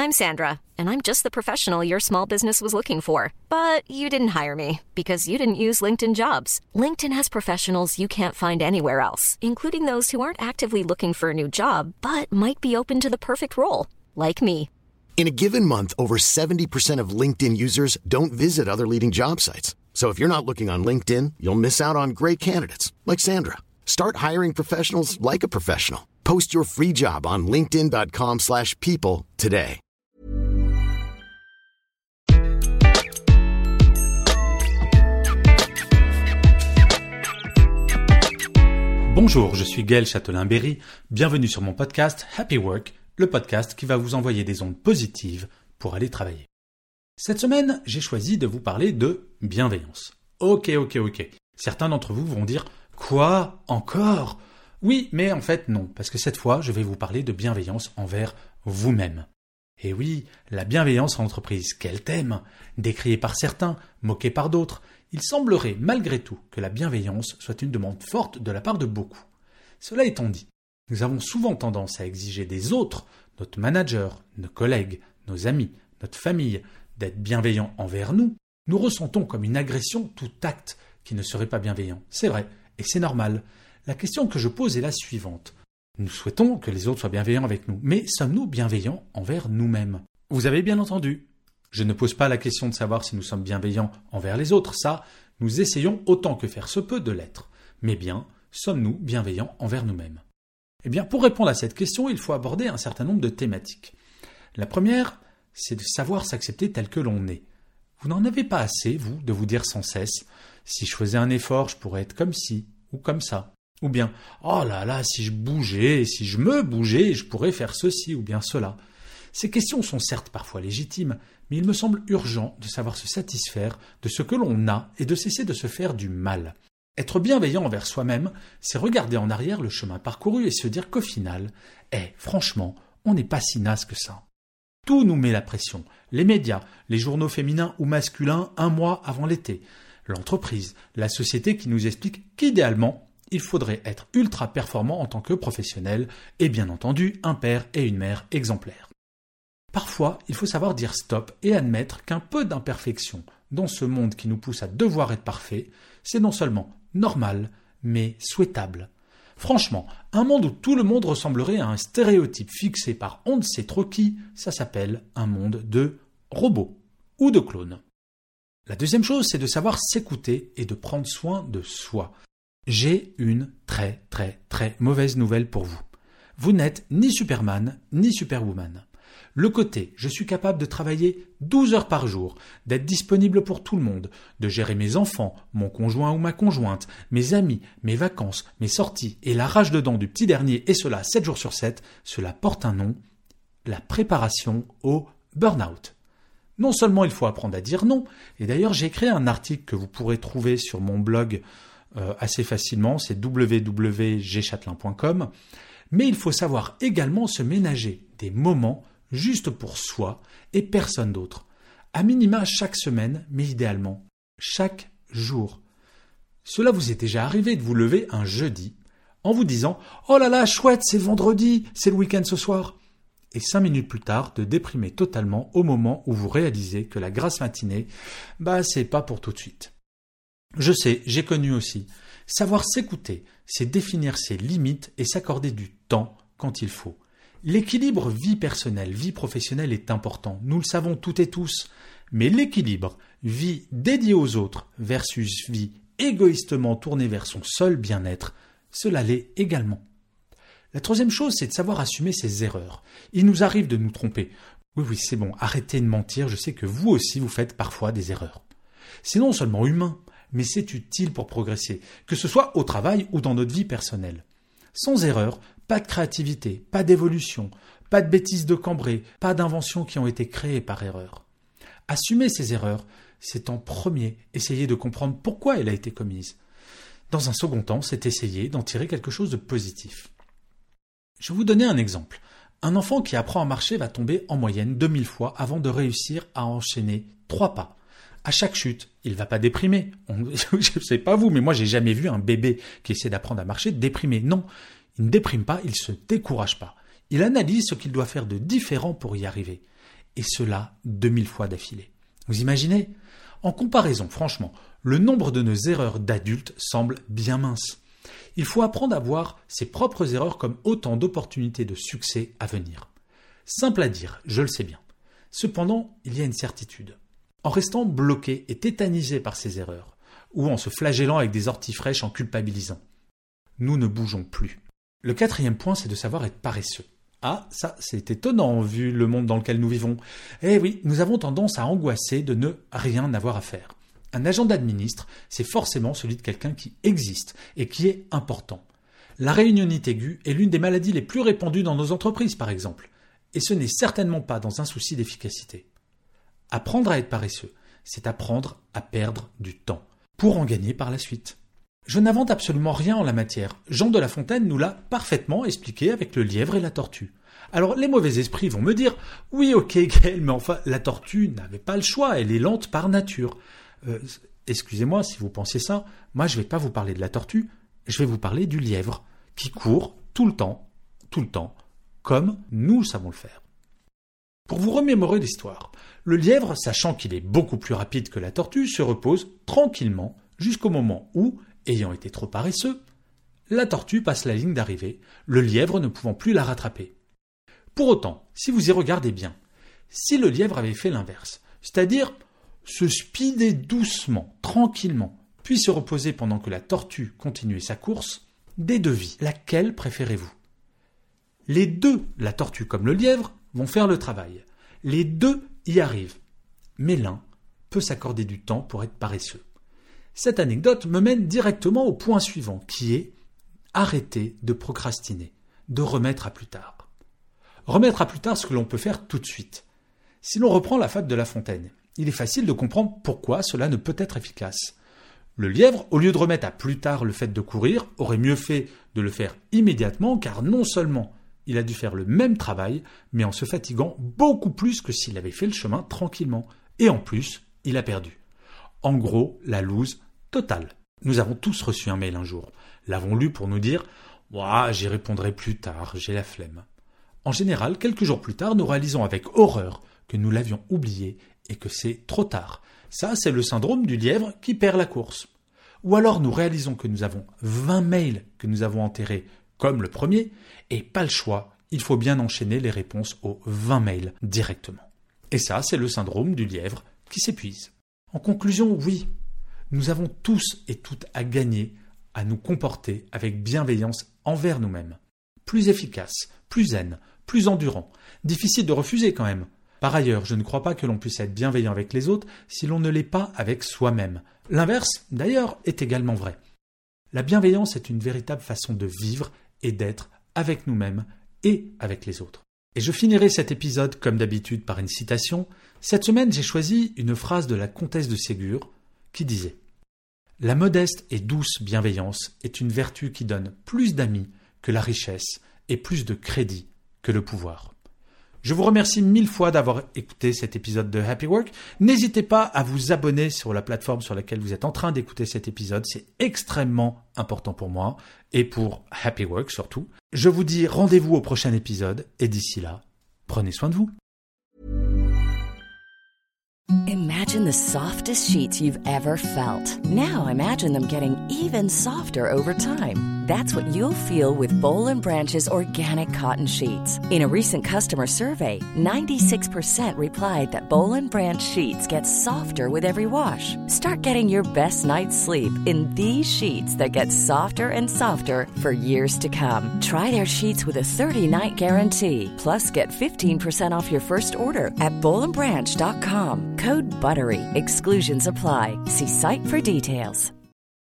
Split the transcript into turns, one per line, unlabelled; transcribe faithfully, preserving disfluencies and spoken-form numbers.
I'm Sandra, and I'm just the professional your small business was looking for. But you didn't hire me because you didn't use LinkedIn Jobs. LinkedIn has professionals you can't find anywhere else, including those who aren't actively looking for a new job, but might be open to the perfect role, like me.
In a given month, over seventy percent of LinkedIn users don't visit other leading job sites. So if you're not looking on LinkedIn, you'll miss out on great candidates like Sandra. Start hiring professionals like a professional. Post your free job on linkedin dot com slash people today.
Bonjour, je suis Gaël Châtelain-Berry. Bienvenue sur mon podcast Happy Work, le podcast qui va vous envoyer des ondes positives pour aller travailler. Cette semaine, j'ai choisi de vous parler de bienveillance. Ok, ok, ok. Certains d'entre vous vont dire « Quoi ? Encore ?» Oui, mais en fait non, parce que cette fois, je vais vous parler de bienveillance envers vous-même. Et oui, la bienveillance en entreprise, quel thème ! Décrié par certains, moqué par d'autres, il semblerait malgré tout que la bienveillance soit une demande forte de la part de beaucoup. Cela étant dit, nous avons souvent tendance à exiger des autres, notre manager, nos collègues, nos amis, notre famille, d'être bienveillants envers nous. Nous ressentons comme une agression tout acte qui ne serait pas bienveillant. C'est vrai, et c'est normal. La question que je pose est la suivante. Nous souhaitons que les autres soient bienveillants avec nous, mais sommes-nous bienveillants envers nous-mêmes ? Vous avez bien entendu. Je ne pose pas la question de savoir si nous sommes bienveillants envers les autres, ça, nous essayons autant que faire se peut de l'être. Mais bien, sommes-nous bienveillants envers nous-mêmes ? Eh bien, pour répondre à cette question, il faut aborder un certain nombre de thématiques. La première, c'est de savoir s'accepter tel que l'on est. Vous n'en avez pas assez, vous, de vous dire sans cesse « si je faisais un effort, je pourrais être comme ci ou comme ça ». Ou bien « oh là là, si je bougeais, si je me bougeais, je pourrais faire ceci ou bien cela ». Ces questions sont certes parfois légitimes, mais il me semble urgent de savoir se satisfaire de ce que l'on a et de cesser de se faire du mal. Être bienveillant envers soi-même, c'est regarder en arrière le chemin parcouru et se dire qu'au final, eh, franchement, on n'est pas si naze que ça. Tout nous met la pression. Les médias, les journaux féminins ou masculins un mois avant l'été, l'entreprise, la société qui nous explique qu'idéalement, il faudrait être ultra performant en tant que professionnel et bien entendu un père et une mère exemplaires. Parfois, il faut savoir dire stop et admettre qu'un peu d'imperfection dans ce monde qui nous pousse à devoir être parfait, c'est non seulement normal, mais souhaitable. Franchement, un monde où tout le monde ressemblerait à un stéréotype fixé par on ne sait trop qui, ça s'appelle un monde de robots ou de clones. La deuxième chose, c'est de savoir s'écouter et de prendre soin de soi. J'ai une très très très mauvaise nouvelle pour vous. Vous n'êtes ni Superman ni Superwoman. Le côté « je suis capable de travailler douze heures par jour, d'être disponible pour tout le monde, de gérer mes enfants, mon conjoint ou ma conjointe, mes amis, mes vacances, mes sorties et la rage dedans du petit dernier et cela sept jours sur sept », cela porte un nom, la préparation au burn-out. Non seulement il faut apprendre à dire non, et d'ailleurs j'ai écrit un article que vous pourrez trouver sur mon blog euh, assez facilement, c'est w w w point g châtelain point com, mais il faut savoir également se ménager des moments juste pour soi et personne d'autre. À minima chaque semaine, mais idéalement chaque jour. Cela vous est déjà arrivé de vous lever un jeudi en vous disant « Oh là là, chouette, c'est vendredi, c'est le week-end ce soir !» et cinq minutes plus tard de déprimer totalement au moment où vous réalisez que la grasse matinée, bah c'est pas pour tout de suite. Je sais, j'ai connu aussi. Savoir s'écouter, c'est définir ses limites et s'accorder du temps quand il faut. L'équilibre vie personnelle, vie professionnelle est important, nous le savons toutes et tous, mais l'équilibre vie dédiée aux autres versus vie égoïstement tournée vers son seul bien-être, cela l'est également. La troisième chose, c'est de savoir assumer ses erreurs. Il nous arrive de nous tromper. Oui, oui, c'est bon, arrêtez de mentir, je sais que vous aussi vous faites parfois des erreurs. C'est non seulement humain, mais c'est utile pour progresser, que ce soit au travail ou dans notre vie personnelle. Sans erreur, pas de créativité, pas d'évolution, pas de bêtises de cambré, pas d'inventions qui ont été créées par erreur. Assumer ces erreurs, c'est en premier essayer de comprendre pourquoi elle a été commise. Dans un second temps, c'est essayer d'en tirer quelque chose de positif. Je vais vous donner un exemple. Un enfant qui apprend à marcher va tomber en moyenne deux mille fois avant de réussir à enchaîner trois pas. À chaque chute, il ne va pas déprimer. On, je ne sais pas vous, mais moi j'ai jamais vu un bébé qui essaie d'apprendre à marcher déprimer. Non, il ne déprime pas, il ne se décourage pas. Il analyse ce qu'il doit faire de différent pour y arriver. Et cela deux mille fois d'affilée. Vous imaginez ? En comparaison, franchement, le nombre de nos erreurs d'adultes semble bien mince. Il faut apprendre à voir ses propres erreurs comme autant d'opportunités de succès à venir. Simple à dire, je le sais bien. Cependant, il y a une certitude. En restant bloqué et tétanisé par ses erreurs, ou en se flagellant avec des orties fraîches en culpabilisant, nous ne bougeons plus. Le quatrième point, c'est de savoir être paresseux. Ah, ça, c'est étonnant vu le monde dans lequel nous vivons. Eh oui, nous avons tendance à angoisser de ne rien avoir à faire. Un agenda de ministre, c'est forcément celui de quelqu'un qui existe et qui est important. La réunionnite aiguë est l'une des maladies les plus répandues dans nos entreprises, par exemple. Et ce n'est certainement pas dans un souci d'efficacité. Apprendre à être paresseux, c'est apprendre à perdre du temps, pour en gagner par la suite. Je n'invente absolument rien en la matière. Jean de La Fontaine nous l'a parfaitement expliqué avec le lièvre et la tortue. Alors les mauvais esprits vont me dire « Oui, ok, Gaël, mais enfin, la tortue n'avait pas le choix, elle est lente par nature. Euh, » Excusez-moi si vous pensez ça, moi je ne vais pas vous parler de la tortue, je vais vous parler du lièvre, qui court tout le temps, tout le temps, comme nous savons le faire. Pour vous remémorer l'histoire, le lièvre, sachant qu'il est beaucoup plus rapide que la tortue, se repose tranquillement jusqu'au moment où, ayant été trop paresseux, la tortue passe la ligne d'arrivée, le lièvre ne pouvant plus la rattraper. Pour autant, si vous y regardez bien, si le lièvre avait fait l'inverse, c'est-à-dire se speeder doucement, tranquillement, puis se reposer pendant que la tortue continuait sa course, des deux vies, laquelle préférez-vous ? Les deux, la tortue comme le lièvre, vont faire le travail. Les deux y arrivent. Mais l'un peut s'accorder du temps pour être paresseux. Cette anecdote me mène directement au point suivant, qui est arrêter de procrastiner, de remettre à plus tard. Remettre à plus tard ce que l'on peut faire tout de suite. Si l'on reprend la fable de La Fontaine, il est facile de comprendre pourquoi cela ne peut être efficace. Le lièvre, au lieu de remettre à plus tard le fait de courir, aurait mieux fait de le faire immédiatement, car non seulement il a dû faire le même travail, mais en se fatiguant beaucoup plus que s'il avait fait le chemin tranquillement. Et en plus, il a perdu. En gros, la loose totale. Nous avons tous reçu un mail un jour. L'avons lu pour nous dire « Ouah, j'y répondrai plus tard, j'ai la flemme ». En général, quelques jours plus tard, nous réalisons avec horreur que nous l'avions oublié et que c'est trop tard. Ça, c'est le syndrome du lièvre qui perd la course. Ou alors nous réalisons que nous avons vingt mails que nous avons enterrés comme le premier, et pas le choix, il faut bien enchaîner les réponses aux vingt mails directement. Et ça, c'est le syndrome du lièvre qui s'épuise. En conclusion, oui, nous avons tous et toutes à gagner à nous comporter avec bienveillance envers nous-mêmes. Plus efficace, plus zen, plus endurant. Difficile de refuser quand même. Par ailleurs, je ne crois pas que l'on puisse être bienveillant avec les autres si l'on ne l'est pas avec soi-même. L'inverse, d'ailleurs, est également vrai. La bienveillance est une véritable façon de vivre et d'être avec nous-mêmes et avec les autres. Et je finirai cet épisode, comme d'habitude, par une citation. Cette semaine, j'ai choisi une phrase de la comtesse de Ségur qui disait « La modeste et douce bienveillance est une vertu qui donne plus d'amis que la richesse et plus de crédit que le pouvoir. » Je vous remercie mille fois d'avoir écouté cet épisode de Happy Work. N'hésitez pas à vous abonner sur la plateforme sur laquelle vous êtes en train d'écouter cet épisode. C'est extrêmement important pour moi et pour Happy Work surtout. Je vous dis rendez-vous au prochain épisode et d'ici là, prenez soin de vous.
Imagine the softest sheets you've ever felt. Now imagine them getting even softer over time. That's what you'll feel with Boll and Branch's organic cotton sheets. In a recent customer survey, ninety-six percent replied that Boll and Branch sheets get softer with every wash. Start getting your best night's sleep in these sheets that get softer and softer for years to come. Try their sheets with a thirty-night guarantee. Plus, get fifteen percent off your first order at boll and branch dot com. Code BUTTERY. Exclusions apply. See site for details.